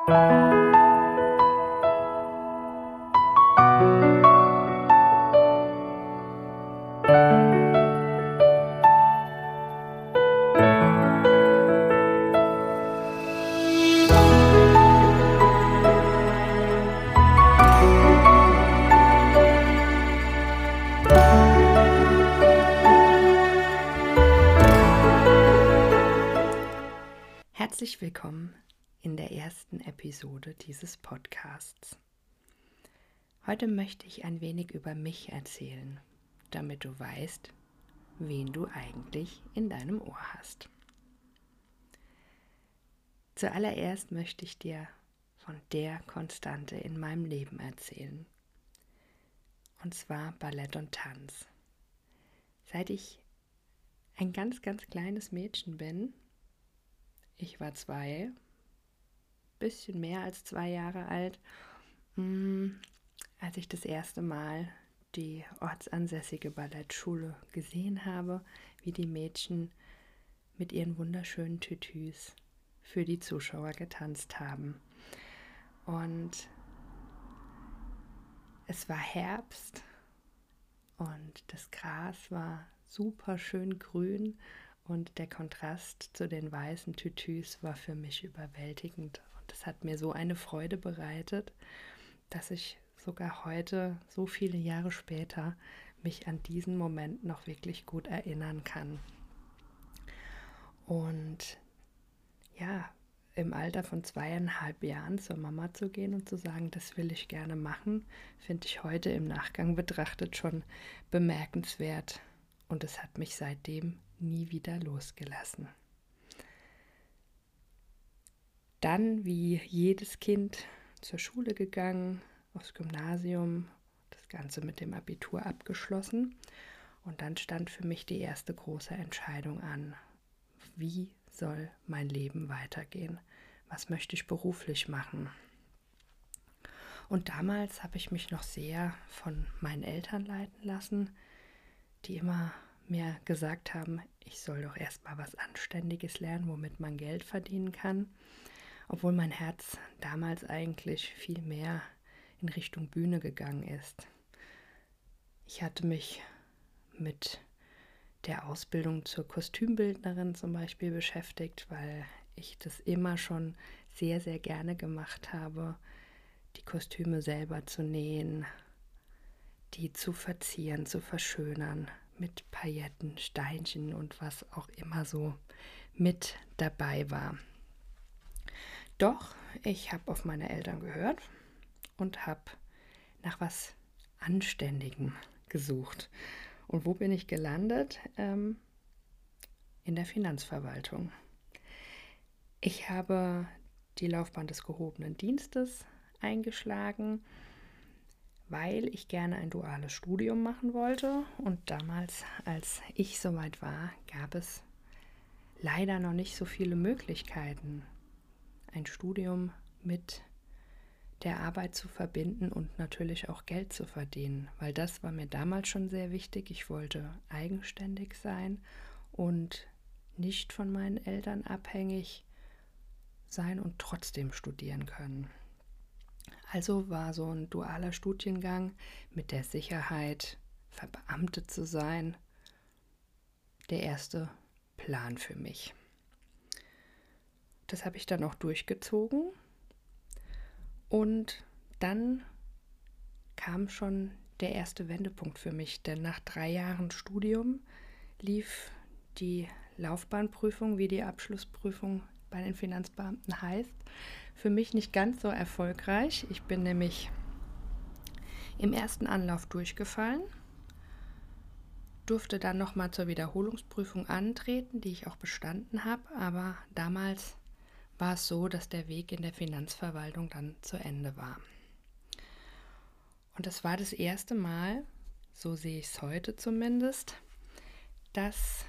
Herzlich willkommen in der ersten Episode dieses Podcasts. Heute möchte ich ein wenig über mich erzählen, damit du weißt, wen du eigentlich in deinem Ohr hast. Zuallererst möchte ich dir von der Konstante in meinem Leben erzählen. Und zwar Ballett und Tanz. Seit ich ein ganz, ganz kleines Mädchen bin, ich war bisschen mehr als 2 Jahre alt, als ich das erste Mal die ortsansässige Ballettschule gesehen habe, wie die Mädchen mit ihren wunderschönen Tütüs für die Zuschauer getanzt haben. Und es war Herbst und das Gras war super schön grün und der Kontrast zu den weißen Tütüs war für mich überwältigend. Und es hat mir so eine Freude bereitet, dass ich sogar heute, so viele Jahre später, mich an diesen Moment noch wirklich gut erinnern kann. Und ja, im Alter von 2,5 Jahren zur Mama zu gehen und zu sagen, das will ich gerne machen, finde ich heute im Nachgang betrachtet schon bemerkenswert. Und es hat mich seitdem nie wieder losgelassen. Dann, wie jedes Kind, zur Schule gegangen, aufs Gymnasium, das Ganze mit dem Abitur abgeschlossen. Und dann stand für mich die erste große Entscheidung an. Wie soll mein Leben weitergehen? Was möchte ich beruflich machen? Und damals habe ich mich noch sehr von meinen Eltern leiten lassen, die immer mir gesagt haben, ich soll doch erstmal was Anständiges lernen, womit man Geld verdienen kann. Obwohl mein Herz damals eigentlich viel mehr in Richtung Bühne gegangen ist. Ich hatte mich mit der Ausbildung zur Kostümbildnerin zum Beispiel beschäftigt, weil ich das immer schon sehr, sehr gerne gemacht habe, die Kostüme selber zu nähen, die zu verzieren, zu verschönern, mit Pailletten, Steinchen und was auch immer so mit dabei war. Doch ich habe auf meine Eltern gehört und habe nach was Anständigem gesucht. Und wo bin ich gelandet? In der Finanzverwaltung. Ich habe die Laufbahn des gehobenen Dienstes eingeschlagen, weil ich gerne ein duales Studium machen wollte. Und damals, als ich soweit war, gab es leider noch nicht so viele Möglichkeiten, ein Studium mit der Arbeit zu verbinden und natürlich auch Geld zu verdienen, weil das war mir damals schon sehr wichtig. Ich wollte eigenständig sein und nicht von meinen Eltern abhängig sein und trotzdem studieren können. Also war so ein dualer Studiengang mit der Sicherheit, verbeamtet zu sein, der erste Plan für mich. Das habe ich dann auch durchgezogen und dann kam schon der erste Wendepunkt für mich, denn nach 3 Jahren Studium lief die Laufbahnprüfung, wie die Abschlussprüfung bei den Finanzbeamten heißt, für mich nicht ganz so erfolgreich. Ich bin nämlich im ersten Anlauf durchgefallen, durfte dann nochmal zur Wiederholungsprüfung antreten, die ich auch bestanden habe, aber damals war es so, dass der Weg in der Finanzverwaltung dann zu Ende war. Und das war das erste Mal, so sehe ich es heute zumindest, dass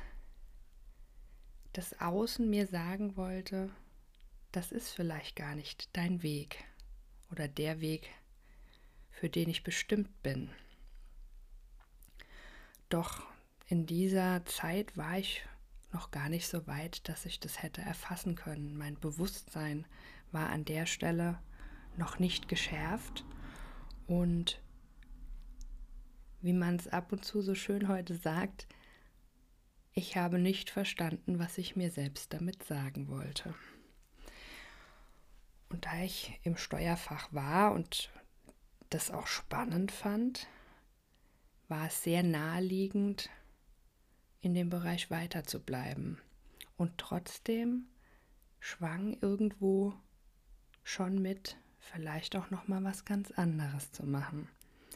das Außen mir sagen wollte, das ist vielleicht gar nicht dein Weg oder der Weg, für den ich bestimmt bin. Doch in dieser Zeit war ich noch gar nicht so weit, dass ich das hätte erfassen können. Mein Bewusstsein war an der Stelle noch nicht geschärft. Und wie man es ab und zu so schön heute sagt, ich habe nicht verstanden, was ich mir selbst damit sagen wollte. Und da ich im Steuerfach war und das auch spannend fand, war es sehr naheliegend, in dem Bereich weiter zu bleiben. Und trotzdem schwang irgendwo schon mit, vielleicht auch noch mal was ganz anderes zu machen.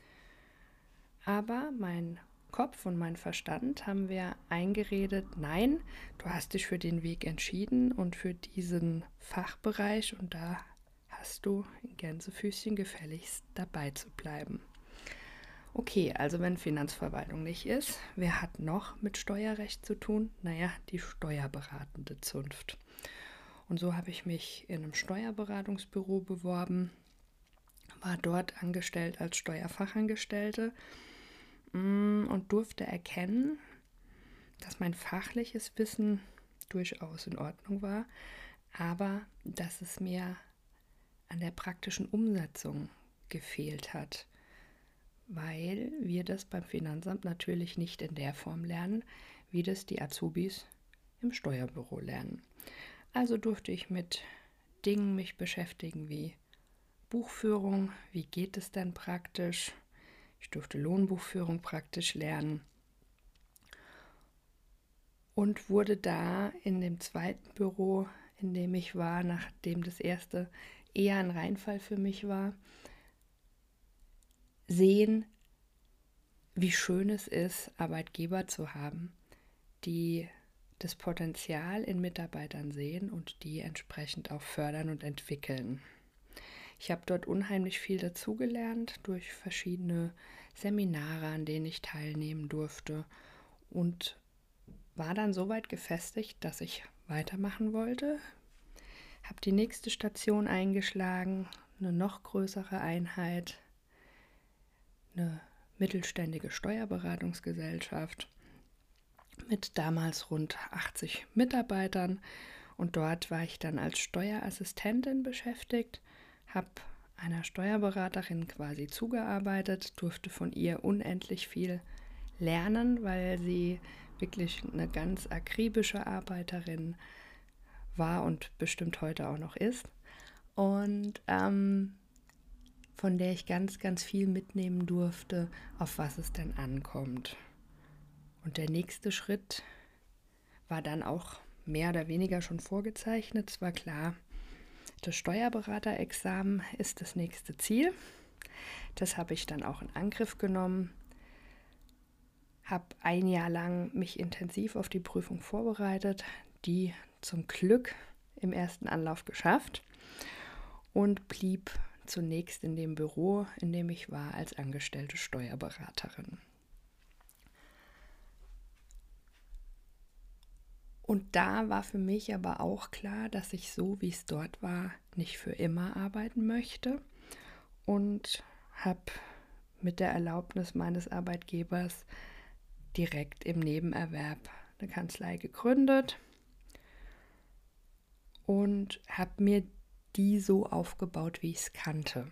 Aber mein Kopf und mein Verstand haben wir eingeredet, nein, du hast dich für den Weg entschieden und für diesen Fachbereich und da hast du in Gänsefüßchen gefälligst dabei zu bleiben. Okay, also wenn Finanzverwaltung nicht ist, wer hat noch mit Steuerrecht zu tun? Naja, die steuerberatende Zunft. Und so habe ich mich in einem Steuerberatungsbüro beworben, war dort angestellt als Steuerfachangestellte und durfte erkennen, dass mein fachliches Wissen durchaus in Ordnung war, aber dass es mir an der praktischen Umsetzung gefehlt hat, weil wir das beim Finanzamt natürlich nicht in der Form lernen, wie das die Azubis im Steuerbüro lernen. Also durfte ich mit Dingen mich beschäftigen wie Buchführung, wie geht es denn praktisch? Ich durfte Lohnbuchführung praktisch lernen und wurde da in dem zweiten Büro, in dem ich war, nachdem das erste eher ein Reinfall für mich war, sehen, wie schön es ist, Arbeitgeber zu haben, die das Potenzial in Mitarbeitern sehen und die entsprechend auch fördern und entwickeln. Ich habe dort unheimlich viel dazugelernt durch verschiedene Seminare, an denen ich teilnehmen durfte und war dann so weit gefestigt, dass ich weitermachen wollte. Habe die nächste Station eingeschlagen, eine noch größere Einheit, eine mittelständige Steuerberatungsgesellschaft mit damals rund 80 Mitarbeitern und dort war ich dann als Steuerassistentin beschäftigt, habe einer Steuerberaterin quasi zugearbeitet, durfte von ihr unendlich viel lernen, weil sie wirklich eine ganz akribische Arbeiterin war und bestimmt heute auch noch ist und von der ich ganz, ganz viel mitnehmen durfte, auf was es denn ankommt. Und der nächste Schritt war dann auch mehr oder weniger schon vorgezeichnet. Es war klar, das Steuerberaterexamen ist das nächste Ziel. Das habe ich dann auch in Angriff genommen, habe ein Jahr lang mich intensiv auf die Prüfung vorbereitet, die zum Glück im ersten Anlauf geschafft und blieb zunächst in dem Büro, in dem ich war, als angestellte Steuerberaterin. Und da war für mich aber auch klar, dass ich so, wie es dort war, nicht für immer arbeiten möchte und habe mit der Erlaubnis meines Arbeitgebers direkt im Nebenerwerb eine Kanzlei gegründet und habe mir die so aufgebaut, wie ich es kannte.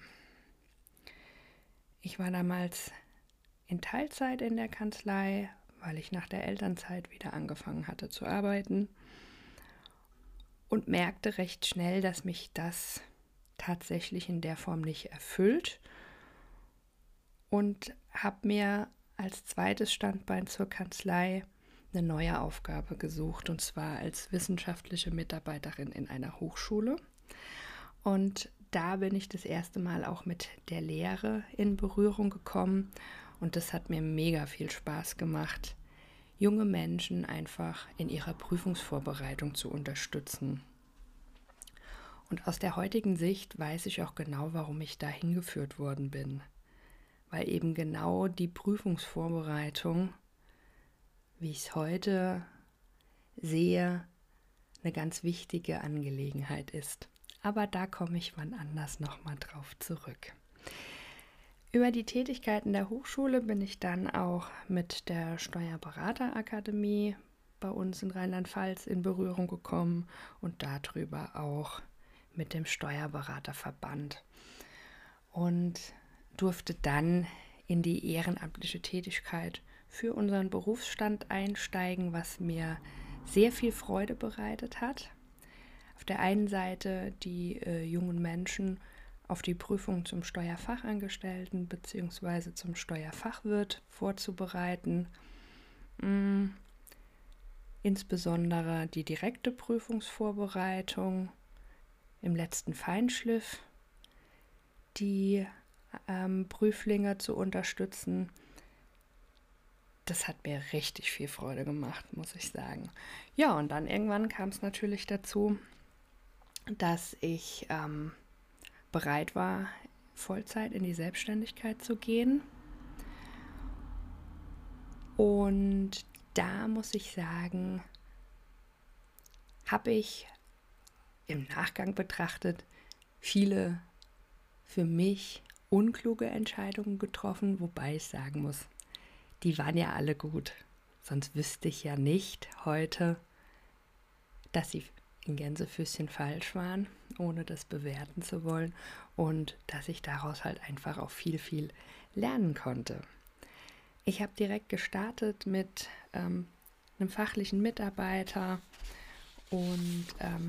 Ich war damals in Teilzeit in der Kanzlei, weil ich nach der Elternzeit wieder angefangen hatte zu arbeiten und merkte recht schnell, dass mich das tatsächlich in der Form nicht erfüllt und habe mir als zweites Standbein zur Kanzlei eine neue Aufgabe gesucht, und zwar als wissenschaftliche Mitarbeiterin in einer Hochschule. Und da bin ich das erste Mal auch mit der Lehre in Berührung gekommen und das hat mir mega viel Spaß gemacht, junge Menschen einfach in ihrer Prüfungsvorbereitung zu unterstützen. Und aus der heutigen Sicht weiß ich auch genau, warum ich da hingeführt worden bin. Weil eben genau die Prüfungsvorbereitung, wie ich es heute sehe, eine ganz wichtige Angelegenheit ist. Aber da komme ich wann anders nochmal drauf zurück. Über die Tätigkeiten der Hochschule bin ich dann auch mit der Steuerberaterakademie bei uns in Rheinland-Pfalz in Berührung gekommen und darüber auch mit dem Steuerberaterverband und durfte dann in die ehrenamtliche Tätigkeit für unseren Berufsstand einsteigen, was mir sehr viel Freude bereitet hat. Auf der einen Seite die jungen Menschen auf die Prüfung zum Steuerfachangestellten bzw. zum Steuerfachwirt vorzubereiten. Insbesondere die direkte Prüfungsvorbereitung im letzten Feinschliff, die Prüflinge zu unterstützen. Das hat mir richtig viel Freude gemacht, muss ich sagen. Ja, und dann irgendwann kam es natürlich dazu, dass ich bereit war, Vollzeit in die Selbstständigkeit zu gehen. Und da muss ich sagen, habe ich im Nachgang betrachtet viele für mich unkluge Entscheidungen getroffen, wobei ich sagen muss, die waren ja alle gut. Sonst wüsste ich ja nicht heute, dass sie in Gänsefüßchen falsch waren, ohne das bewerten zu wollen, und dass ich daraus halt einfach auch viel, viel lernen konnte. Ich habe direkt gestartet mit einem fachlichen Mitarbeiter und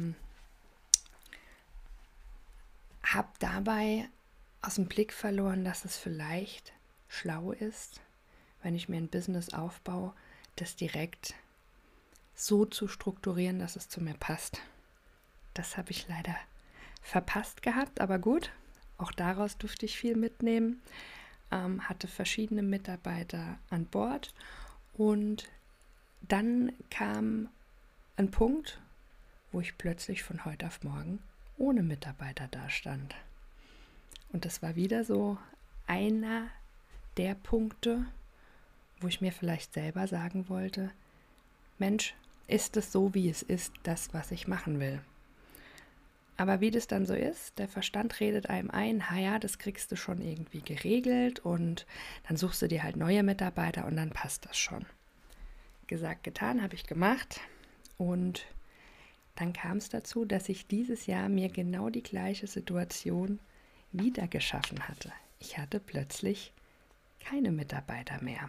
habe dabei aus dem Blick verloren, dass es vielleicht schlau ist, wenn ich mir ein Business aufbaue, das direkt so zu strukturieren, dass es zu mir passt. Das habe ich leider verpasst gehabt, aber gut, auch daraus durfte ich viel mitnehmen, hatte verschiedene Mitarbeiter an Bord und dann kam ein Punkt, wo ich plötzlich von heute auf morgen ohne Mitarbeiter dastand. Und das war wieder so einer der Punkte, wo ich mir vielleicht selber sagen wollte, Mensch, ist es so, wie es ist, das, was ich machen will? Aber wie das dann so ist, der Verstand redet einem ein, ja, das kriegst du schon irgendwie geregelt und dann suchst du dir halt neue Mitarbeiter und dann passt das schon. Gesagt, getan, habe ich gemacht und dann kam es dazu, dass ich dieses Jahr mir genau die gleiche Situation wieder geschaffen hatte. Ich hatte plötzlich keine Mitarbeiter mehr.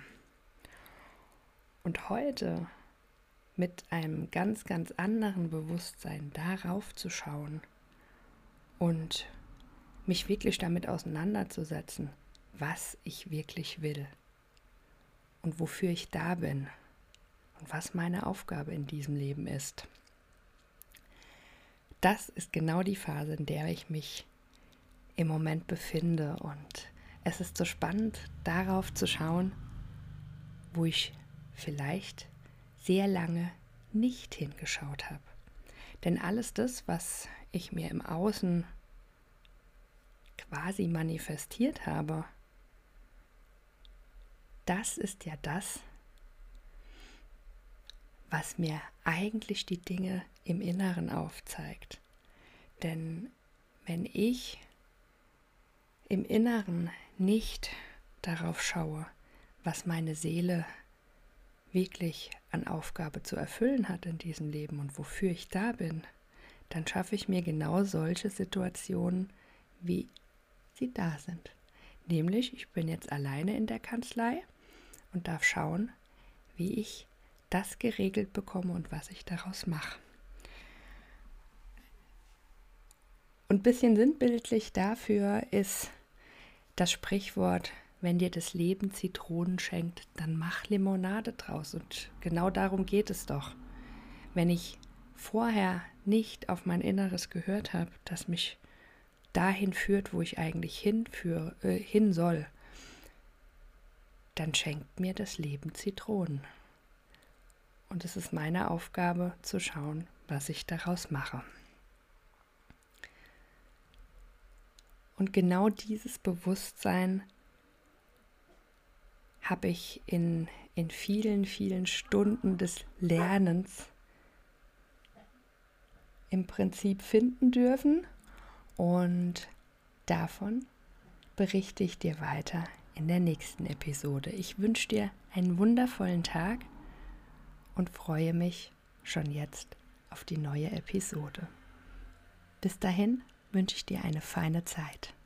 Und heute mit einem ganz, ganz anderen Bewusstsein darauf zu schauen und mich wirklich damit auseinanderzusetzen, was ich wirklich will und wofür ich da bin und was meine Aufgabe in diesem Leben ist. Das ist genau die Phase, in der ich mich im Moment befinde und es ist so spannend, darauf zu schauen, wo ich vielleicht sehr lange nicht hingeschaut habe. Denn alles das, was ich mir im Außen quasi manifestiert habe, das ist ja das, was mir eigentlich die Dinge im Inneren aufzeigt. Denn wenn ich im Inneren nicht darauf schaue, was meine Seele wirklich an Aufgabe zu erfüllen hat in diesem Leben und wofür ich da bin, dann schaffe ich mir genau solche Situationen, wie sie da sind. Nämlich, ich bin jetzt alleine in der Kanzlei und darf schauen, wie ich das geregelt bekomme und was ich daraus mache. Und ein bisschen sinnbildlich dafür ist das Sprichwort, wenn dir das Leben Zitronen schenkt, dann mach Limonade draus. Und genau darum geht es doch. Wenn ich vorher nicht auf mein Inneres gehört habe, das mich dahin führt, wo ich eigentlich hin soll, dann schenkt mir das Leben Zitronen. Und es ist meine Aufgabe zu schauen, was ich daraus mache. Und genau dieses Bewusstsein habe ich in vielen, vielen Stunden des Lernens im Prinzip finden dürfen. Und davon berichte ich dir weiter in der nächsten Episode. Ich wünsche dir einen wundervollen Tag und freue mich schon jetzt auf die neue Episode. Bis dahin, wünsche ich dir eine feine Zeit.